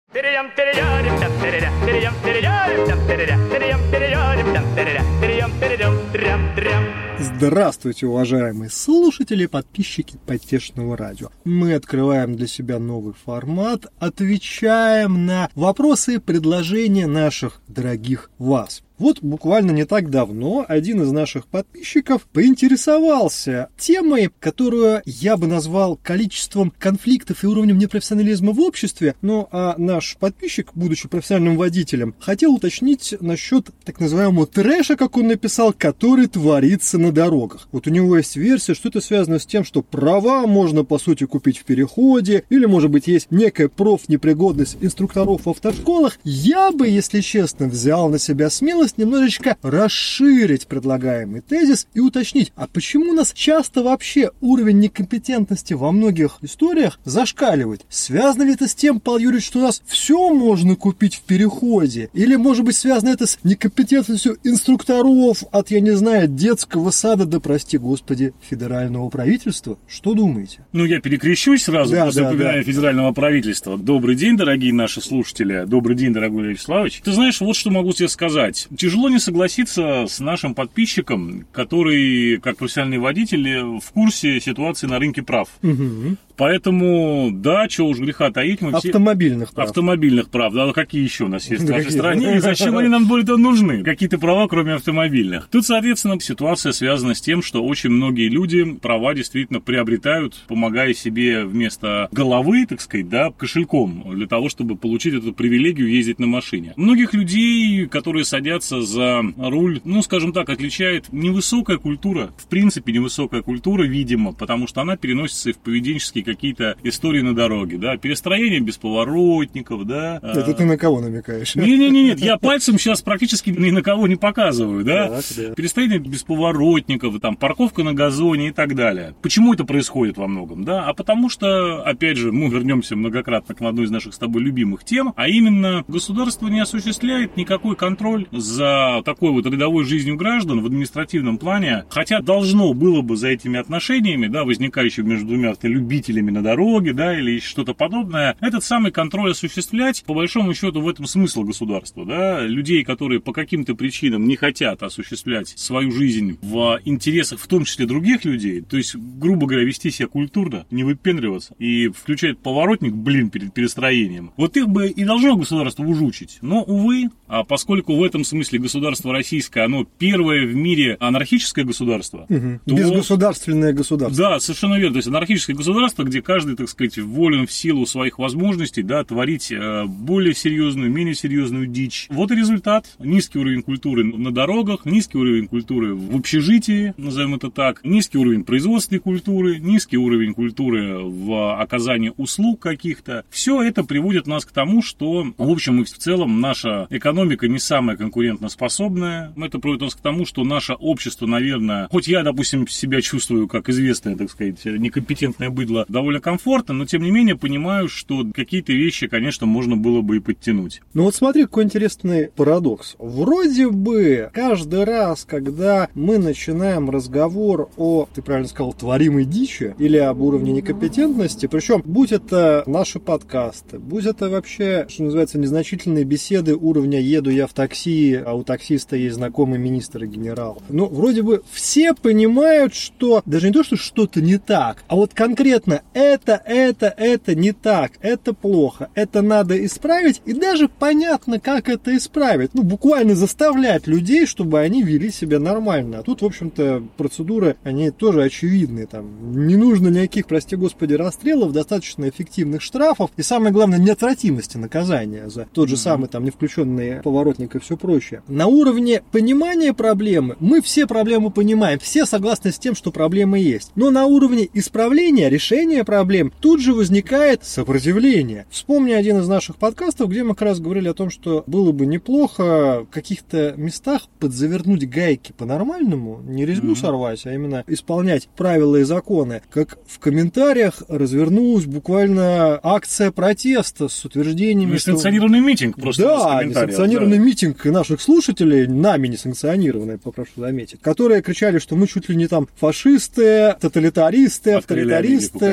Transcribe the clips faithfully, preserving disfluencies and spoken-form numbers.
Здравствуйте, уважаемые слушатели и подписчики Потешного радио. Мы открываем для себя новый формат, отвечаем на вопросы и предложения наших дорогих вас. Вот буквально не так давно один из наших подписчиков поинтересовался темой, которую я бы назвал количеством конфликтов и уровнем непрофессионализма в обществе, ну а наш подписчик, будучи профессиональным водителем, хотел уточнить насчет так называемого трэша, как он написал, который творится на дорогах. Вот у него есть версия, что это связано с тем, что права можно по сути купить в переходе, или может быть есть некая профнепригодность инструкторов в автошколах. Я бы, если честно, взял на себя смелость немножечко расширить предлагаемый тезис и уточнить, а почему у нас часто вообще уровень некомпетентности во многих историях зашкаливает? Связано ли это с тем, Павел Юрьевич, что у нас все можно купить в переходе? Или, может быть, связано это с некомпетентностью инструкторов от, я не знаю, детского сада до, прости господи, федерального правительства? Что думаете? Ну, я перекрещусь сразу да, после да, упоминания да. федерального правительства. Добрый день, дорогие наши слушатели. Добрый день, дорогой Лев Вячеславович. Ты знаешь, вот что могу тебе сказать. Тяжело не согласиться с нашим подписчиком, который, как профессиональный водитель, в курсе ситуации на рынке прав. Угу. Поэтому, да, чего уж греха таить, мы все... Автомобильных прав. Автомобильных прав, да, какие еще у нас есть да в нашей какие? стране, и зачем они нам более-то нужны? Какие-то права, кроме автомобильных. Тут, соответственно, ситуация связана с тем, что очень многие люди права действительно приобретают, помогая себе вместо головы, так сказать, да, кошельком, для того, чтобы получить эту привилегию ездить на машине. Многих людей, которые садятся за руль, ну, скажем так, отличает невысокая культура, в принципе, невысокая культура, видимо, потому что она переносится и в поведенческие какие-то истории на дороге, да, перестроение без поворотников, да. Это ты на кого намекаешь? Не-не-не, я пальцем сейчас практически ни на кого не показываю, да. Так, да. Перестроение без поворотников, там, парковка на газоне и так далее. Почему это происходит во многом, да? А потому что, опять же, мы вернемся многократно к одной из наших с тобой любимых тем, а именно государство не осуществляет никакой контроль за такой вот рядовой жизнью граждан в административном плане, хотя должно было бы за этими отношениями, да, возникающими между двумя любителями на дороге, да, или что-то подобное, этот самый контроль осуществлять, по большому счету, в этом смысл государства, да, людей, которые по каким-то причинам не хотят осуществлять свою жизнь в интересах, в том числе других людей, то есть, грубо говоря, вести себя культурно, не выпендриваться и включать поворотник, блин, перед перестроением. Вот их бы и должно государство ужучить. Но, увы, а поскольку в этом смысле государство российское, оно первое в мире анархическое государство. Угу. То... Безгосударственное государство. Да, совершенно верно. То есть анархическое государство, где каждый, так сказать, волен в силу своих возможностей, да, творить э, более серьезную, менее серьезную дичь. Вот и результат. Низкий уровень культуры на дорогах, низкий уровень культуры в общежитии, назовем это так, низкий уровень производственной культуры, низкий уровень культуры в оказании услуг каких-то. Все это приводит нас к тому, что, в общем и в целом, наша экономика не самая конкурентоспособная. Это приводит нас к тому, что наше общество, наверное, хоть я, допустим, себя чувствую как известное, так сказать, некомпетентное быдло, довольно комфортно, но тем не менее понимаю, что какие-то вещи, конечно, можно было бы и подтянуть. Ну вот смотри, какой интересный парадокс. Вроде бы каждый раз, когда мы начинаем разговор о, ты правильно сказал, творимой дичи или об уровне некомпетентности, причем будь это наши подкасты, будь это вообще, что называется, незначительные беседы уровня «еду я в такси, а у таксиста есть знакомый министр и генерал». Ну, вроде бы все понимают, что даже не то, что что-то не так, а вот конкретно это, это, это не так, это плохо, это надо исправить, и даже понятно, как это исправить. Ну, буквально заставлять людей, чтобы они вели себя нормально. А тут, в общем-то, процедуры, они тоже очевидные. Там не нужно никаких, прости господи, расстрелов, достаточно эффективных штрафов и, самое главное, неотвратимости наказания за тот же mm-hmm. самый там невключенный поворотник и все прочее. На уровне понимания проблемы мы все проблемы понимаем, все согласны с тем, что проблемы есть. Но на уровне исправления, решения проблем тут же возникает сопротивление. Вспомни один из наших подкастов, где мы как раз говорили о том, что было бы неплохо в каких-то местах подзавернуть гайки по-нормальному, не резьбу mm-hmm. сорвать, а именно исполнять правила и законы. Как в комментариях развернулась буквально акция протеста с утверждениями, несанкционированный что... митинг просто. Да, несанкционированный да. митинг наших слушателей, нами несанкционированный, попрошу заметить, которые кричали, что мы чуть ли не там фашисты, тоталитаристы, авторитаристы,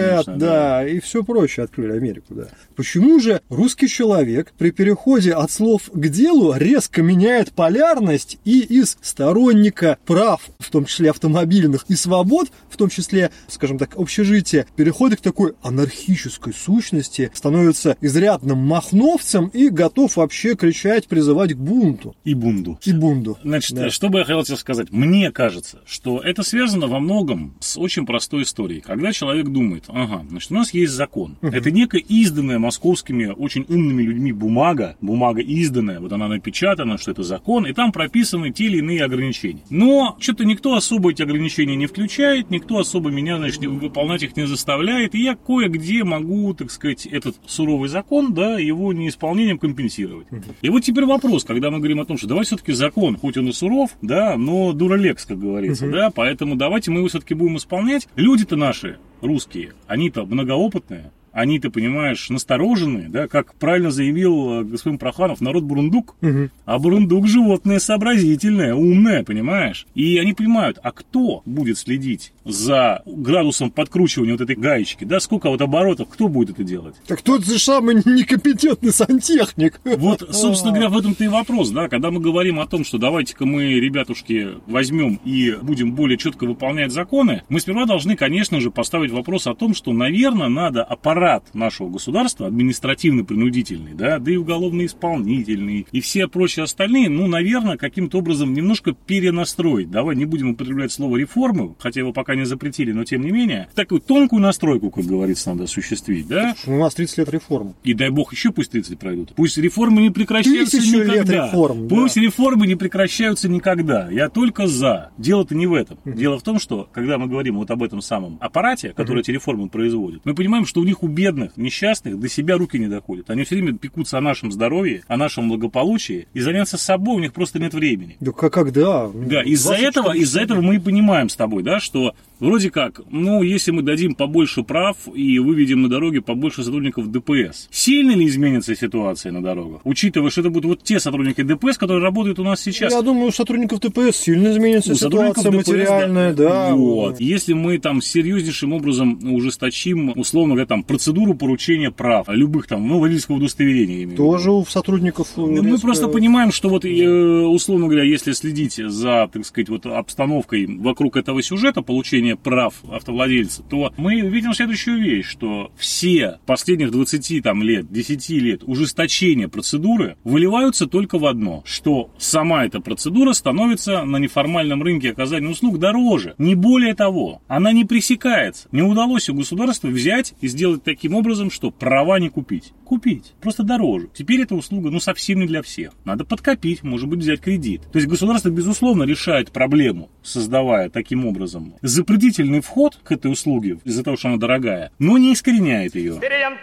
конечно, да, да. и все прочее, открыли Америку, да. Почему же русский человек при переходе от слов к делу резко меняет полярность и из сторонника прав, в том числе автомобильных, и свобод, в том числе, скажем так, общежития, переходит к такой анархической сущности, становится изрядным махновцем и готов вообще кричать, призывать к бунту. И бунду. И бунду. Значит, да. что бы я хотел тебе сказать? Мне кажется, что это связано во многом с очень простой историей. Когда человек думает, ага, значит, у нас есть закон. Uh-huh. Это некая изданная московскими очень умными людьми бумага, бумага изданная, вот она напечатана, что это закон, и там прописаны те или иные ограничения. Но что-то никто особо эти ограничения не включает, никто особо меня, значит, выполнять их не заставляет, и я кое-где могу, так сказать, этот суровый закон, да, его неисполнением компенсировать. Uh-huh. И вот теперь вопрос, когда мы говорим о том, что давайте все-таки закон, хоть он и суров, да, но дуралекс, как говорится, uh-huh. да, поэтому давайте мы его все-таки будем исполнять. Люди-то наши, русские, они-то многоопытные, они, ты понимаешь, настороженные, да, как правильно заявил господин Проханов, народ бурундук, угу. а бурундук животное сообразительное, умное, понимаешь? И они понимают, а кто будет следить за градусом подкручивания вот этой гаечки, да, сколько вот оборотов, кто будет это делать? Так тот же самый некомпетентный сантехник. Вот, собственно говоря, в этом-то и вопрос, да, когда мы говорим о том, что давайте-ка мы, ребятушки, возьмем и будем более четко выполнять законы, мы сперва должны, конечно же, поставить вопрос о том, что, наверное, надо аппарат нашего государства, административно-принудительный, да, да и уголовно-исполнительный, и все прочие остальные, ну, наверное, каким-то образом немножко перенастроить. Давай не будем употреблять слово реформы, хотя его пока не запретили, но тем не менее, такую тонкую настройку, как говорится, надо осуществить, да. У нас тридцать лет реформ. И дай бог еще пусть тридцать пройдут. Пусть реформы не прекращаются Тысячу никогда. лет реформ, пусть да. реформы не прекращаются никогда. Я только за. Дело-то не в этом. Uh-huh. Дело в том, что, когда мы говорим вот об этом самом аппарате, который uh-huh. эти реформы производит, мы понимаем, что у них у бедных, несчастных до себя руки не доходят. Они все время пекутся о нашем здоровье, о нашем благополучии, и заняться собой у них просто нет времени. Да как, когда? Да, из-за этого, из-за этого мы и понимаем с тобой, да, что вроде как, ну, если мы дадим побольше прав и выведем на дороге побольше сотрудников ДПС, сильно ли изменится ситуация на дорогах? Учитывая, что это будут вот те сотрудники ДПС, которые работают у нас сейчас. Я думаю, у сотрудников ДПС сильно изменится у ситуация ДПС, материальная, да. да. Вот. Если мы там серьезнейшим образом ужесточим, условно говоря, там, процедуру поручения прав, любых там, ну, водительского удостоверения. Тоже у сотрудников. Мы резко... просто понимаем, что вот, условно говоря, если следить за, так сказать, вот обстановкой вокруг этого сюжета, получения прав автовладельца, то мы видим следующую вещь, что все последних двадцати там, лет, десяти лет ужесточения процедуры выливаются только в одно, что сама эта процедура становится на неформальном рынке оказания услуг дороже. Не более того, она не пресекается. Не удалось у государства взять и сделать таким образом, что права не купить. Купить. Просто дороже. Теперь эта услуга, ну, совсем не для всех. Надо подкопить, может быть, взять кредит. То есть государство, безусловно, решает проблему, создавая таким образом запретительный вход к этой услуге из-за того, что она дорогая, но не искореняет ее.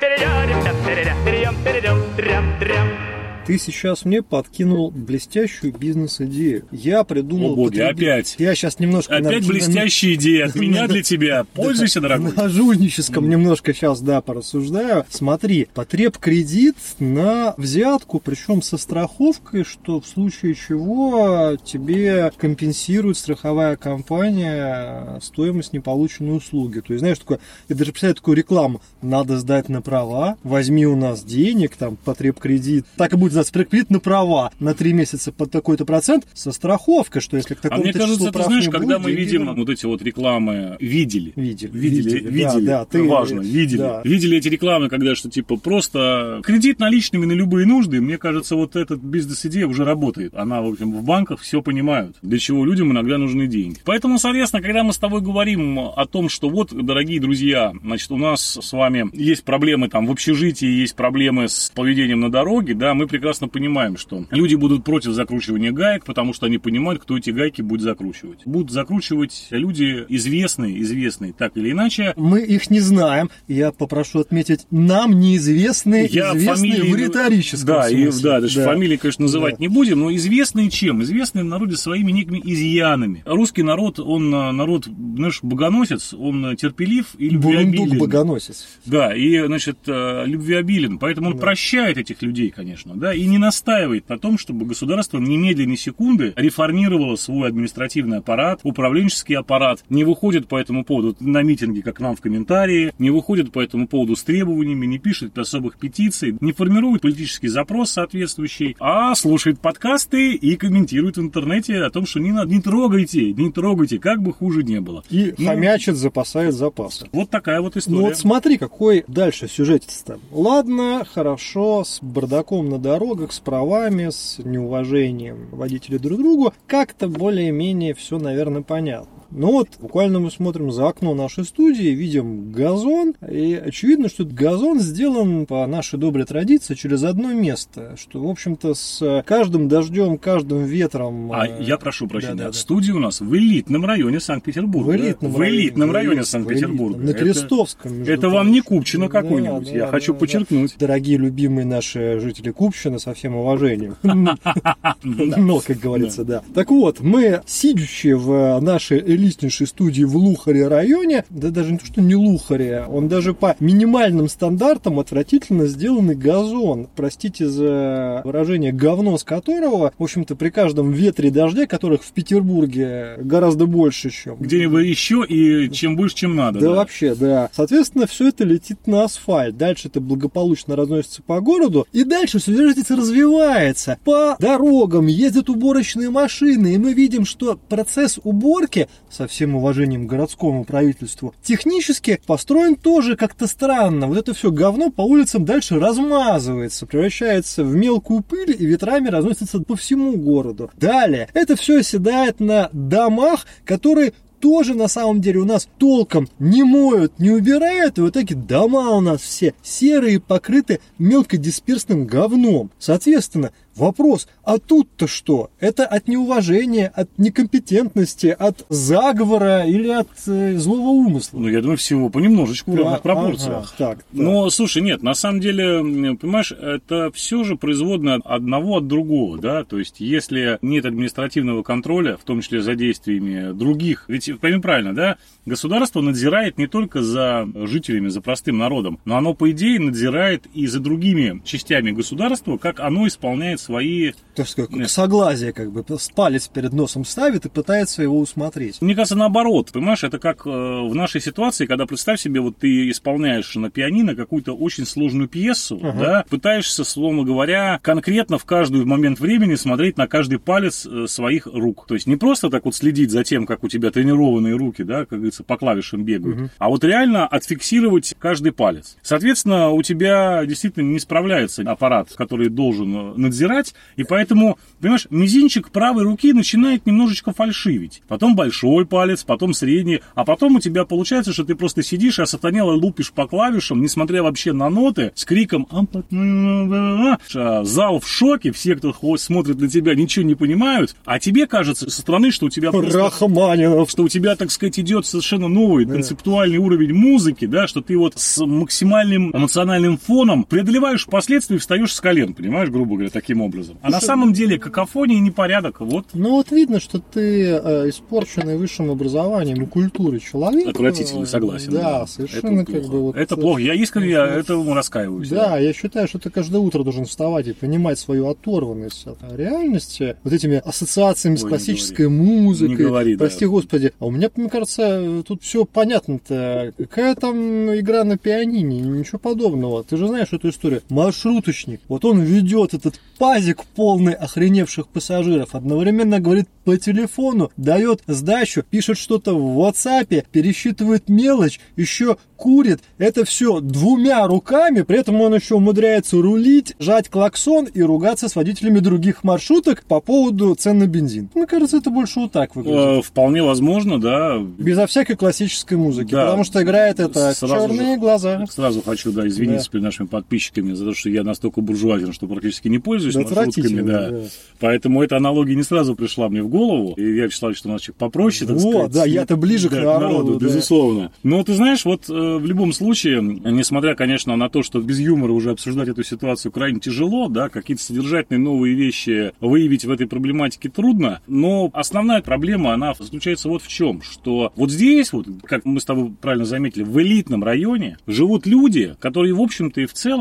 Ты сейчас мне подкинул блестящую бизнес-идею. Я придумал... О, боги, потреб... опять. Я сейчас немножко... Опять на... блестящая идея от меня для тебя. Пользуйся, дорогой. На жульническом немножко сейчас, да, порассуждаю. Смотри, потреб-кредит на взятку, причем со страховкой, что в случае чего тебе компенсирует страховая компания стоимость неполученной услуги. То есть, знаешь, такое, я даже представляю такую рекламу. Надо сдать на права, возьми у нас денег, там, потреб-кредит. Так и будет кредит на права на три месяца под такой-то процент со страховкой, что если к такому-то числу прав не будет... А мне кажется, ты знаешь, когда мы видим деньги... вот эти вот рекламы, видели, видели, видели, видели, видели, да, да, ты... важно, видели, да. видели эти рекламы, когда что типа просто кредит наличными на любые нужды, мне кажется, вот эта бизнес-идея уже работает. Она, в общем, в банках все понимают, для чего людям иногда нужны деньги. Поэтому, соответственно, когда мы с тобой говорим о том, что вот, дорогие друзья, значит, у нас с вами есть проблемы там в общежитии, есть проблемы с поведением на дороге, да, мы прекрасно понимаем, что люди будут против закручивания гаек, потому что они понимают, кто эти гайки будет закручивать. Будут закручивать люди известные, известные, так или иначе. Мы их не знаем. Я попрошу отметить, нам неизвестные, Я известные фамилии... в риторическом да, смысле. И, да, даже да. фамилии, конечно, называть да. не будем, но известные чем? Известные в народе своими некими изъянами. Русский народ, он народ, знаешь, богоносец, он терпелив и любвеобилен. Бурундук-богоносец. Да, и, значит, любвеобилен, поэтому он да. прощает этих людей, конечно, да, и не настаивает на том, чтобы государство немедленно, ни секунды реформировало свой административный аппарат, управленческий аппарат, не выходит по этому поводу на митинги, как нам в комментарии, не выходит по этому поводу с требованиями, не пишет особых петиций, не формирует политический запрос соответствующий, а слушает подкасты и комментирует в интернете о том, что не надо, не трогайте, не трогайте, как бы хуже не было. И ну, хомячит, запасает запасы. Вот такая вот история. Ну вот смотри, какой дальше сюжет-то. Ладно, хорошо, с бардаком на дорогах, с правами, с неуважением водителей друг к другу, как-то более-менее все, наверное, понятно. Ну вот, буквально мы смотрим за окно нашей студии, видим газон, и очевидно, что этот газон сделан по нашей доброй традиции через одно место, что, в общем-то, с каждым дождем, каждым ветром... А э... я прошу прощения, да, да, студия да. у нас в элитном районе Санкт-Петербурга. В элитном, в элитном районе, районе Санкт-Петербурга. На Крестовском. Это, это вам не Купчино какой-нибудь, да, я да, хочу да, подчеркнуть. Да. Дорогие, любимые наши жители Купчино, со всем уважением. Но, как говорится, да. Так вот, мы, сидящие в нашей элитнейшей студии в Лухаре районе, да даже не то, что не Лухаре, он даже по минимальным стандартам отвратительно сделанный газон. Простите за выражение, говно с которого, в общем-то, при каждом ветре и дожде, которых в Петербурге гораздо больше, чем... Где-нибудь еще и чем больше, чем надо. Да, да, вообще, да. Соответственно, все это летит на асфальт. Дальше это благополучно разносится по городу. И дальше все развивается. По дорогам ездят уборочные машины. И мы видим, что процесс уборки, со всем уважением к городскому правительству, технически построен тоже как-то странно. Вот это все говно по улицам дальше размазывается, превращается в мелкую пыль и ветрами разносится по всему городу. Далее, это все оседает на домах, которые тоже на самом деле у нас толком не моют, не убирают, и в итоге дома у нас все серые, покрыты мелкодисперсным говном. Соответственно, вопрос, а тут-то что? Это от неуважения, от некомпетентности, от заговора или от э, злого умысла? Ну, я думаю, всего понемножечку в равных пропорциях. Ага, так, так. Но, слушай, нет, на самом деле, понимаешь, это все же производно от одного от другого, да, то есть, если нет административного контроля, в том числе за действиями других, ведь, пойми правильно, да, государство надзирает не только за жителями, за простым народом, но оно, по идее, надзирает и за другими частями государства, как оно исполняет свои... То есть, как согласие, как бы, палец перед носом ставит и пытается его усмотреть. Мне кажется, наоборот, понимаешь, это как э, в нашей ситуации, когда, представь себе, вот ты исполняешь на пианино какую-то очень сложную пьесу, ага. да, пытаешься, словно говоря, конкретно в каждый момент времени смотреть на каждый палец э, своих рук. То есть не просто так вот следить за тем, как у тебя тренированные руки, да, как говорится, по клавишам бегают, угу. а вот реально отфиксировать каждый палец. Соответственно, у тебя действительно не справляется аппарат, который должен надзирать, и поэтому, понимаешь, мизинчик правой руки начинает немножечко фальшивить. Потом большой палец, потом средний, а потом у тебя получается, что ты просто сидишь и осатанело лупишь по клавишам, несмотря вообще на ноты, с криком зал в шоке, все, кто смотрит на тебя, ничего не понимают, а тебе кажется со стороны, что у тебя просто, что у тебя, так сказать, идет совершенно новый да. концептуальный уровень музыки, да, что ты вот с максимальным эмоциональным фоном преодолеваешь последствия и встаешь с колен, понимаешь, грубо говоря, таким образом. А Слушай, на самом деле какофония и непорядок, вот. Ну вот видно, что ты э, испорченный высшим образованием и культурой человек. Отвратительно, согласен. Да, да. совершенно это как плохо. бы вот... Это плохо, я искренне я этому раскаиваюсь. Да, да, я считаю, что ты каждое утро должен вставать и понимать свою оторванность от реальности, вот этими ассоциациями Ой, с классической не музыкой. Не говори, Прости да. господи. А у меня, мне кажется, тут все понятно-то. Какая там игра на пианине? Ничего подобного. Ты же знаешь эту историю. Маршруточник. Вот он ведет этот пазик полный охреневших пассажиров. Одновременно говорит по телефону, дает сдачу, пишет что-то в WhatsApp, пересчитывает мелочь, еще курит. Это все двумя руками, при этом он еще умудряется рулить, жать клаксон и ругаться с водителями других маршруток по поводу цен на бензин. Мне кажется, это больше вот так выглядит. Вполне возможно, да. Безо всякой классической музыки, да. Потому что играет это черные же, глаза. Сразу хочу, да, извиниться да. перед нашими подписчиками за то, что я настолько буржуазен, что практически не пользуюсь да, маршрутками. Да. Да. Поэтому эта аналогия не сразу пришла мне в голову. И я Вячеслав, что у нас человек попроще, так вот, сказать. да, я-то ближе да, к народу. народу да. Безусловно. Но ты знаешь, вот э, в любом случае, несмотря, конечно, на то, что без юмора уже обсуждать эту ситуацию крайне тяжело, да, какие-то содержательные новые вещи выявить в этой проблематике трудно, но основная проблема, она заключается вот в чем, что вот здесь, вот, как мы с тобой правильно заметили, в элитном районе живут люди, которые, в общем-то и в целом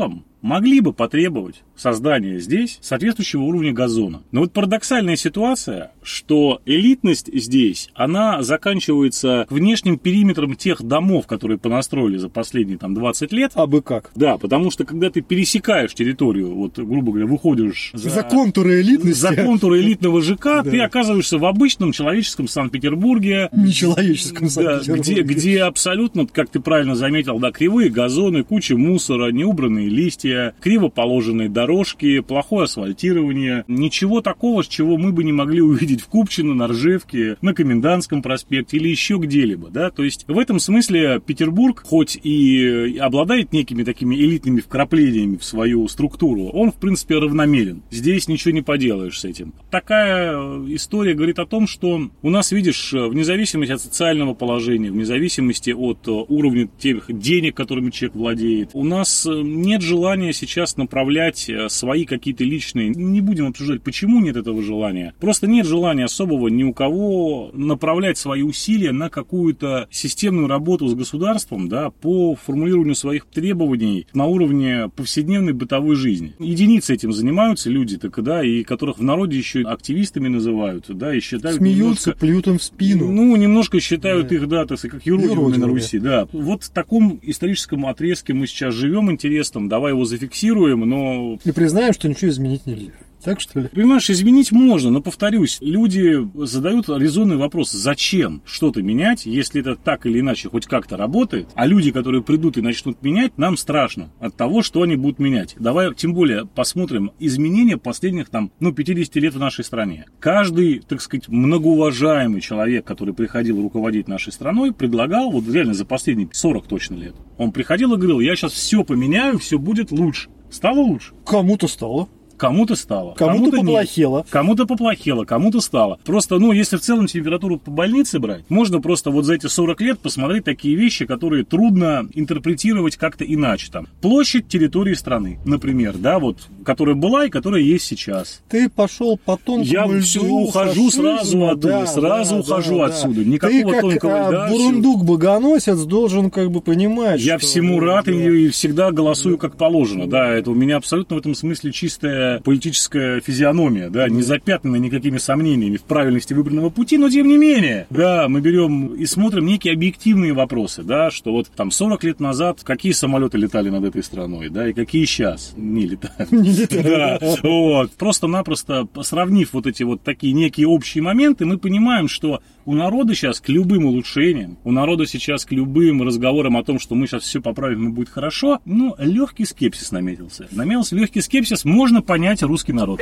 могли бы потребовать создания здесь соответствующего уровня газона. Но вот парадоксальная ситуация, что элитность здесь, она заканчивается внешним периметром тех домов, которые понастроили за последние там двадцать лет. А бы как? Да, потому что когда ты пересекаешь территорию, вот, грубо говоря, выходишь за, за контуры элитности, за контуры элитного ЖК, да. ты оказываешься в обычном человеческом Санкт-Петербурге. Нечеловеческом Санкт-Петербурге. Да, где, где абсолютно, как ты правильно заметил, да, кривые газоны, куча мусора, неубранные листья, криво положенные дорожки, плохое асфальтирование. Ничего такого, с чего мы бы не могли увидеть в Купчино, на Ржевке, на Комендантском проспекте или еще где-либо. Да? То есть в этом смысле Петербург, хоть и обладает некими такими элитными вкраплениями в свою структуру, он, в принципе, равномерен. Здесь ничего не поделаешь с этим. Такая история говорит о том, что у нас, видишь, вне зависимости от социального положения, вне зависимости от уровня тех денег, которыми человек владеет, у нас нет желания сейчас направлять свои какие-то личные... Не будем обсуждать, почему нет этого желания. Просто нет желания особого ни у кого направлять свои усилия на какую-то системную работу с государством, да, по формулированию своих требований на уровне повседневной бытовой жизни. Единицы этим занимаются люди, так, да, и которых в народе еще активистами называют, да, и считают... Смеются, немножко, плюют им в спину. Ну, немножко считают да. их, да, так сказать, как юродивыми на Руси, да. Вот в таком историческом отрезке мы сейчас живем интересным, давай его зафиксируем, но... И признаем, что ничего изменить нельзя. Так что ли? Понимаешь, изменить можно, но, повторюсь, люди задают резонный вопрос, зачем что-то менять, если это так или иначе хоть как-то работает, а люди, которые придут и начнут менять, нам страшно от того, что они будут менять. Давай, тем более, посмотрим изменения последних, там, ну, пятьдесят лет в нашей стране. Каждый, так сказать, многоуважаемый человек, который приходил руководить нашей страной, предлагал, вот реально за последние сорок точно лет, он приходил и говорил, я сейчас все поменяю, все будет лучше. Стало лучше? Кому-то стало. Кому-то стало. Кому-то, кому-то поплохело. Нет. Кому-то поплохело, кому-то стало. Просто, ну, если в целом температуру по больнице брать, можно просто вот за эти сорок лет посмотреть такие вещи, которые трудно интерпретировать как-то иначе. Там площадь территории страны, например, да, вот, которая была и которая есть сейчас. Ты пошел по тонкому Я льду, все ухожу фашизма, сразу оттуда, да, сразу да, ухожу да, отсюда. Да. Никакого Ты, как тонкого льда. А, бурундук-богоносец должен как бы понимать, Я что... всему рад да. и всегда голосую как положено. Да, это у меня абсолютно в этом смысле чистая политическая физиономия, да, не запятнана никакими сомнениями в правильности выбранного пути, но тем не менее, да, мы берем и смотрим некие объективные вопросы, да, что вот там сорок лет назад какие самолеты летали над этой страной, да, и какие сейчас не летают. Не летают. Да, вот. Просто-напросто сравнив вот эти вот такие некие общие моменты, мы понимаем, что у народа сейчас к любым улучшениям, у народа сейчас к любым разговорам о том, что мы сейчас все поправим и будет хорошо, ну, легкий скепсис наметился. Наметился легкий скепсис, можно понять русский народ.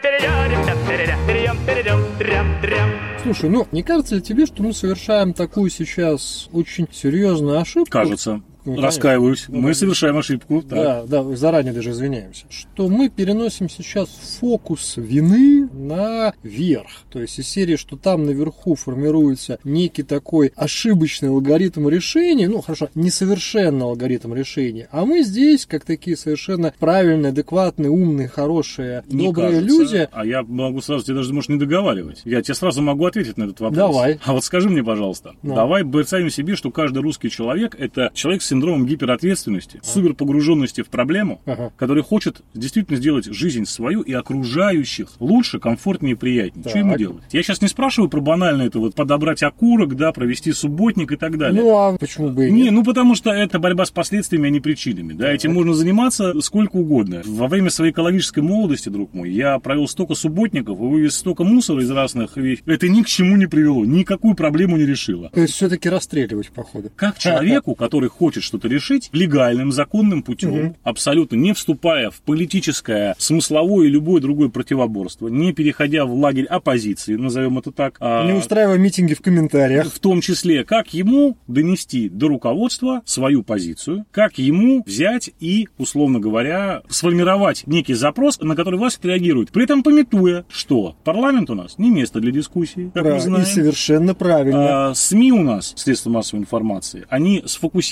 Слушай, ну, не кажется ли тебе, что мы совершаем такую сейчас очень серьезную ошибку? Кажется. Ну, Раскаиваюсь. ну, мы конечно. совершаем ошибку. Да, так. да, заранее даже извиняемся. Что мы переносим сейчас фокус вины наверх. То есть из серии, что там наверху формируется некий такой ошибочный алгоритм решения, ну, хорошо, несовершенный алгоритм решения, а мы здесь, как такие совершенно правильные, адекватные, умные, хорошие, не добрые кажется, люди. А я могу сразу тебе даже, может, не договаривать. Я тебе сразу могу ответить на этот вопрос. Давай. А вот скажи мне, пожалуйста, ну. давай представим себе, что каждый русский человек – это человек с синдромом гиперответственности, а. суперпогруженности в проблему, ага. который хочет действительно сделать жизнь свою и окружающих лучше, комфортнее, приятнее. Так. Что ему делать? Я сейчас не спрашиваю про банально это вот подобрать окурок, да, провести субботник и так далее. Ну, а почему бы и нет? Не, ну потому что это борьба с последствиями, а не причинами. Да, так. Этим можно заниматься сколько угодно. Во время своей экологической молодости, друг мой, я провел столько субботников и вывез столько мусора из разных вещей. Это ни к чему не привело, никакую проблему не решило. То есть все-таки расстреливать, походу. Как человеку, который хочет что-то решить легальным, законным путем, угу. абсолютно не вступая в политическое, смысловое и любое другое противоборство, не переходя в лагерь оппозиции, назовем это так. Не а, устраивая митинги в комментариях. В том числе, как ему донести до руководства свою позицию, как ему взять и, условно говоря, сформировать некий запрос, на который власть реагирует. При этом памятуя, что парламент у нас не место для дискуссии, как Прав, мы знаем. И совершенно правильно. А, СМИ у нас, средства массовой информации, они сфокусированы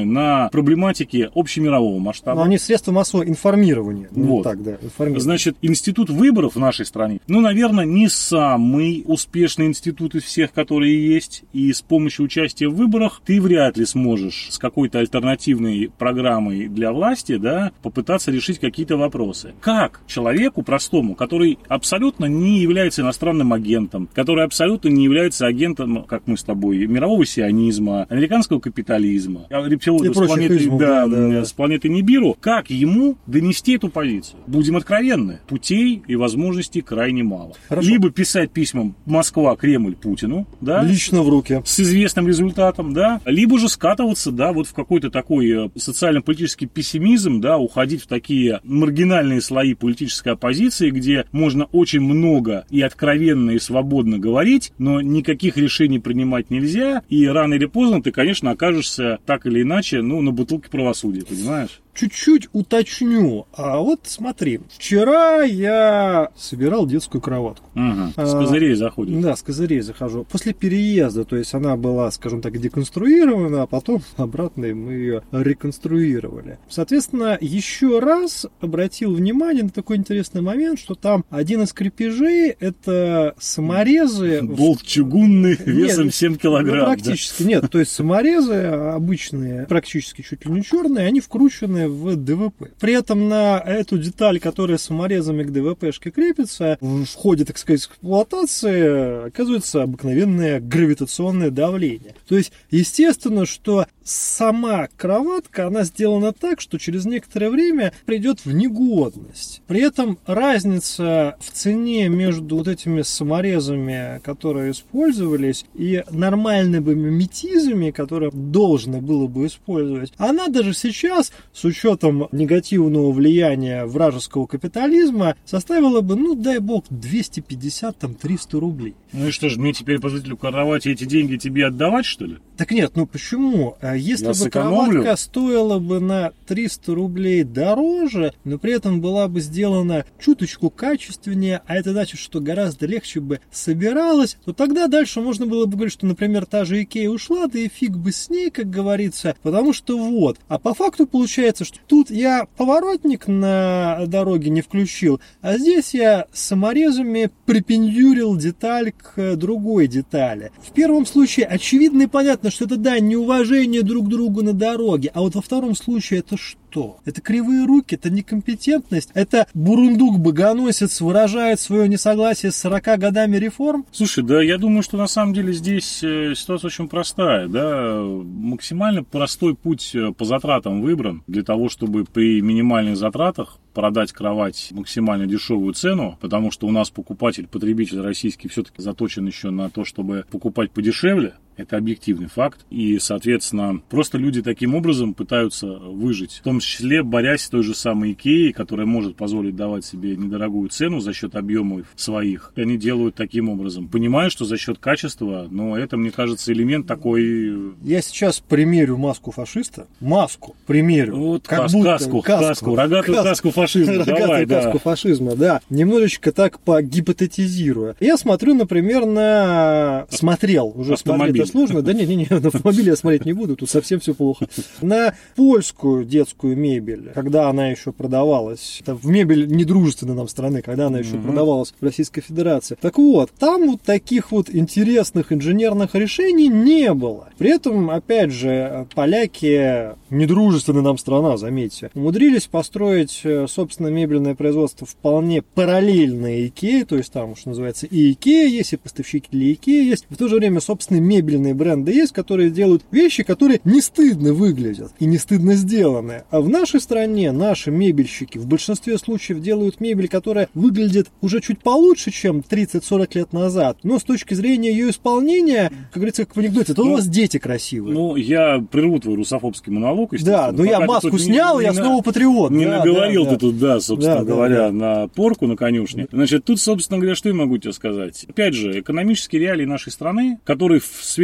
на проблематике общемирового масштаба. Но они средства массового информирования. Ну, вот. так, да, информирования. Значит, институт выборов в нашей стране, ну, наверное, не самый успешный институт из всех, которые есть. И с помощью участия в выборах ты вряд ли сможешь с какой-то альтернативной программой для власти, да, попытаться решить какие-то вопросы. Как человеку простому, который абсолютно не является иностранным агентом, который абсолютно не является агентом, как мы с тобой, мирового сионизма, американского капитализма, рептилоидов с планеты, измов, да, да, да. с планеты Нибиру, как ему донести эту позицию? Будем откровенны, путей и возможностей крайне мало. Хорошо. Либо писать письма Москва, Кремль, Путину, да, лично в руки. с известным результатом, да, либо же скатываться, да, вот в какой-то такой социально-политический пессимизм, да, уходить в такие маргинальные слои политической оппозиции, где можно очень много и откровенно, и свободно говорить, но никаких решений принимать нельзя, и рано или поздно ты, конечно, окажешься так или иначе, ну, на бутылке правосудия, понимаешь? Чуть-чуть уточню. А вот смотри, вчера я собирал детскую кроватку. Угу. С козырей заходит. Да, с козырей захожу. После переезда, то есть она была, скажем так, деконструирована, а потом обратно мы ее реконструировали. Соответственно, еще раз обратил внимание на такой интересный момент, что там один из крепежей — это саморезы. Болт чугунный весом семь килограмм. Ну, практически да? Нет, то есть саморезы обычные, практически чуть ли не черные, они вкручены в ДВП. При этом на эту деталь, которая саморезами к ДВПшке крепится, в ходе, так сказать, эксплуатации оказывается обыкновенное гравитационное давление. То есть, естественно, что сама кроватка, она сделана так, что через некоторое время придет в негодность. При этом разница в цене между вот этими саморезами, которые использовались, и нормальными метизами, которые должны было бы использовать, она даже сейчас, с учетом негативного влияния вражеского капитализма, составила бы, ну, дай бог, двести пятьдесят - триста рублей. Ну и что же, мне теперь позволителю кровати эти деньги тебе отдавать, что ли? Так нет, ну почему? Если Я бы сэкономлю. кроватка стоила бы на триста рублей дороже, но при этом была бы сделана чуточку качественнее, а это значит, что гораздо легче бы собиралась, то тогда дальше можно было бы говорить, что, например, та же Икея ушла, да и фиг бы с ней, как говорится, потому что вот. А по факту получается, что тут я поворотник на дороге не включил, а здесь я саморезами припендюрил деталь к другой детали. В первом случае очевидно и понятно, что это, да, неуважение друг к другу на дороге, а вот во втором случае это что? Это кривые руки, это некомпетентность, это бурундук-богоносец выражает свое несогласие с сорока годами реформ? Слушай, да, я думаю, что на самом деле здесь ситуация очень простая, да, максимально простой путь по затратам выбран для того, чтобы при минимальных затратах продать кровать максимально дешевую цену, потому что у нас покупатель, потребитель российский все-таки заточен еще на то, чтобы покупать подешевле. Это объективный факт. И, соответственно, просто люди таким образом пытаются выжить. В том числе, борясь с той же самой Икеей, которая может позволить давать себе недорогую цену за счет объемов своих. И они делают таким образом. Понимаю, что за счет качества, но это, мне кажется, элемент такой... Я сейчас примерю маску фашиста. Маску примерю. Вот как кас, будто... каску, каску, каску, рогатую каску, каску фашизма. Рогатую Давай, каску да. фашизма, да. Немножечко так погипотетизируя. Я смотрю, например, на... Смотрел. Уже смотреть это сложно. Да нет, нет, нет, на автомобиле я смотреть не буду. Тут совсем все плохо. На польскую детскую мебель, когда она еще продавалась. Это в мебель недружественной нам страны, когда она еще mm-hmm. продавалась в Российской Федерации. Так вот, там вот таких вот интересных инженерных решений не было. При этом, опять же, поляки, недружественная нам страна, заметьте, умудрились построить собственное мебельное производство вполне параллельное Икее, то есть там, что называется, и Икея есть, и поставщики для Икеи есть. В то же время собственные мебельные бренды есть, которые делают вещи, которые не стыдно выглядят и не стыдно сделаны. А в нашей стране наши мебельщики в большинстве случаев делают мебель, которая выглядит уже чуть получше, чем тридцать-сорок лет назад, но с точки зрения ее исполнения, как говорится, как в анекдоте, то ну, у вас дети красивые. Ну, я прерву твой русофобский монолог, да, но я маску снял, я снова патриот. Не да, наговорил да, ты да. тут, да, собственно да, говоря, да, да. на порку, на конюшне. Значит, тут, собственно говоря, что я могу тебе сказать? Опять же, экономические реалии нашей страны, которые в свете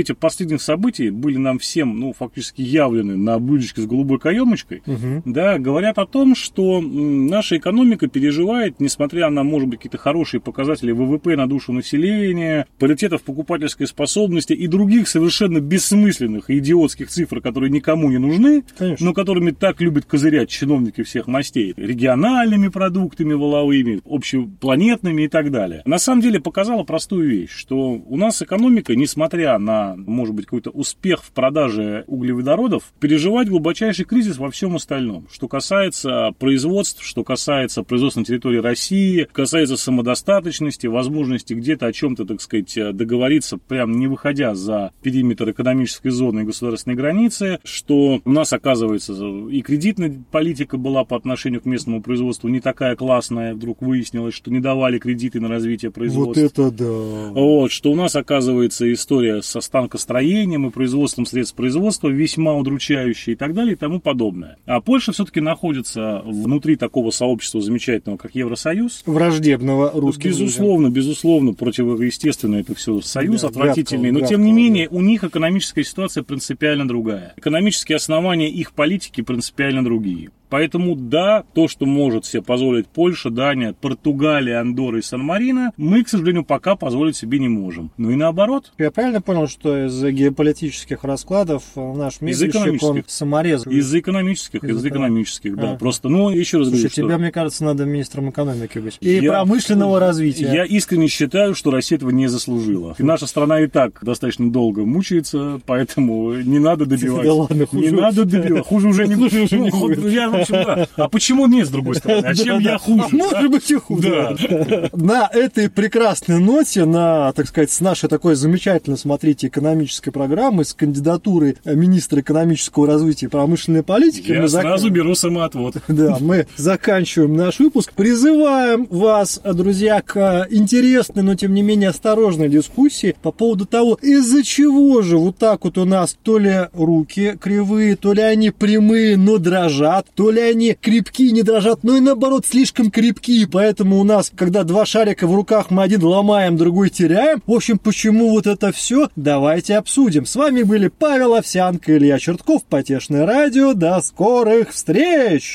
свете последних событий были нам всем, ну, фактически явлены на блюдечке с голубой каемочкой, угу. да, говорят о том, что наша экономика переживает, несмотря на, может быть, какие-то хорошие показатели ВВП на душу населения, паритетов покупательской способности и других совершенно бессмысленных и идиотских цифр, которые никому не нужны, Конечно. но которыми так любят козырять чиновники всех мастей, региональными продуктами валовыми, общепланетными и так далее. На самом деле показала простую вещь, что у нас экономика, несмотря на, может быть, какой-то успех в продаже углеводородов, переживает глубочайший кризис во всем остальном. Что касается производств, что касается производства на территории России, касается самодостаточности, возможности где-то о чем-то, так сказать, договориться, прям не выходя за периметр экономической зоны и государственной границы, что у нас, оказывается, и кредитная политика была по отношению к местному производству не такая классная, вдруг выяснилось, что не давали кредиты на развитие производства. Вот это да! Вот, что у нас, оказывается, история со станкостроением и производством средств производства весьма удручающая и так далее и тому подобное. А Польша все-таки находится внутри такого сообщества замечательного, как Евросоюз. Враждебного русским Безусловно, людям. безусловно, противоестественно это все союз да, отвратительный. гадко, но, гадко, тем не менее, да. у них экономическая ситуация принципиально другая. Экономические основания их политики принципиально другие. Поэтому, да, то, что может себе позволить Польша, Дания, Португалия, Андорра и Сан-Марино, мы, к сожалению, пока позволить себе не можем. Ну и наоборот. Я правильно понял, что из-за геополитических раскладов наш медвежщик, он саморез? Из-за экономических, из-за экономических, да. А. Просто, ну, еще раз Слушай, говорю, тебе, что... мне кажется, надо министром экономики быть. И я... промышленного развития. Я искренне считаю, что Россия этого не заслужила. И наша страна и так достаточно долго мучается, поэтому не надо добивать. Да ладно, хуже. Не надо добивать. Хуже уже не будет. Я, в общем, да. А почему нет, с другой стороны? А чем я хуже? А может быть и хуже. На этой прекрасной ноте, на, так сказать, с нашей такой замечательной, смотрите, экономической программы, с кандидатурой министра экономического развития и промышленной политики. Я сразу беру самоотвод. Да, мы заканчиваем наш выпуск. Призываем вас, друзья, к интересной, но тем не менее осторожной дискуссии по поводу того, из-за чего же вот так вот у нас то ли руки кривые, то ли они прямые, но дрожат, то ли они крепкие, не дрожат, но и наоборот слишком крепкие, поэтому у нас, когда два шарика в руках, мы один ломаем, другой теряем. В общем, почему вот это все? Давайте обсудим. С вами были Павел Овсянко, Илья Чертков, Потешное радио. До скорых встреч!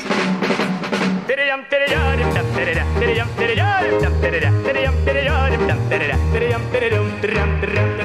Перейдем, перейдем, перейдем, перейдем, перейдем, перейдем, перейдем, перейдем, перейдем, перейдем, перейдем, перейдем.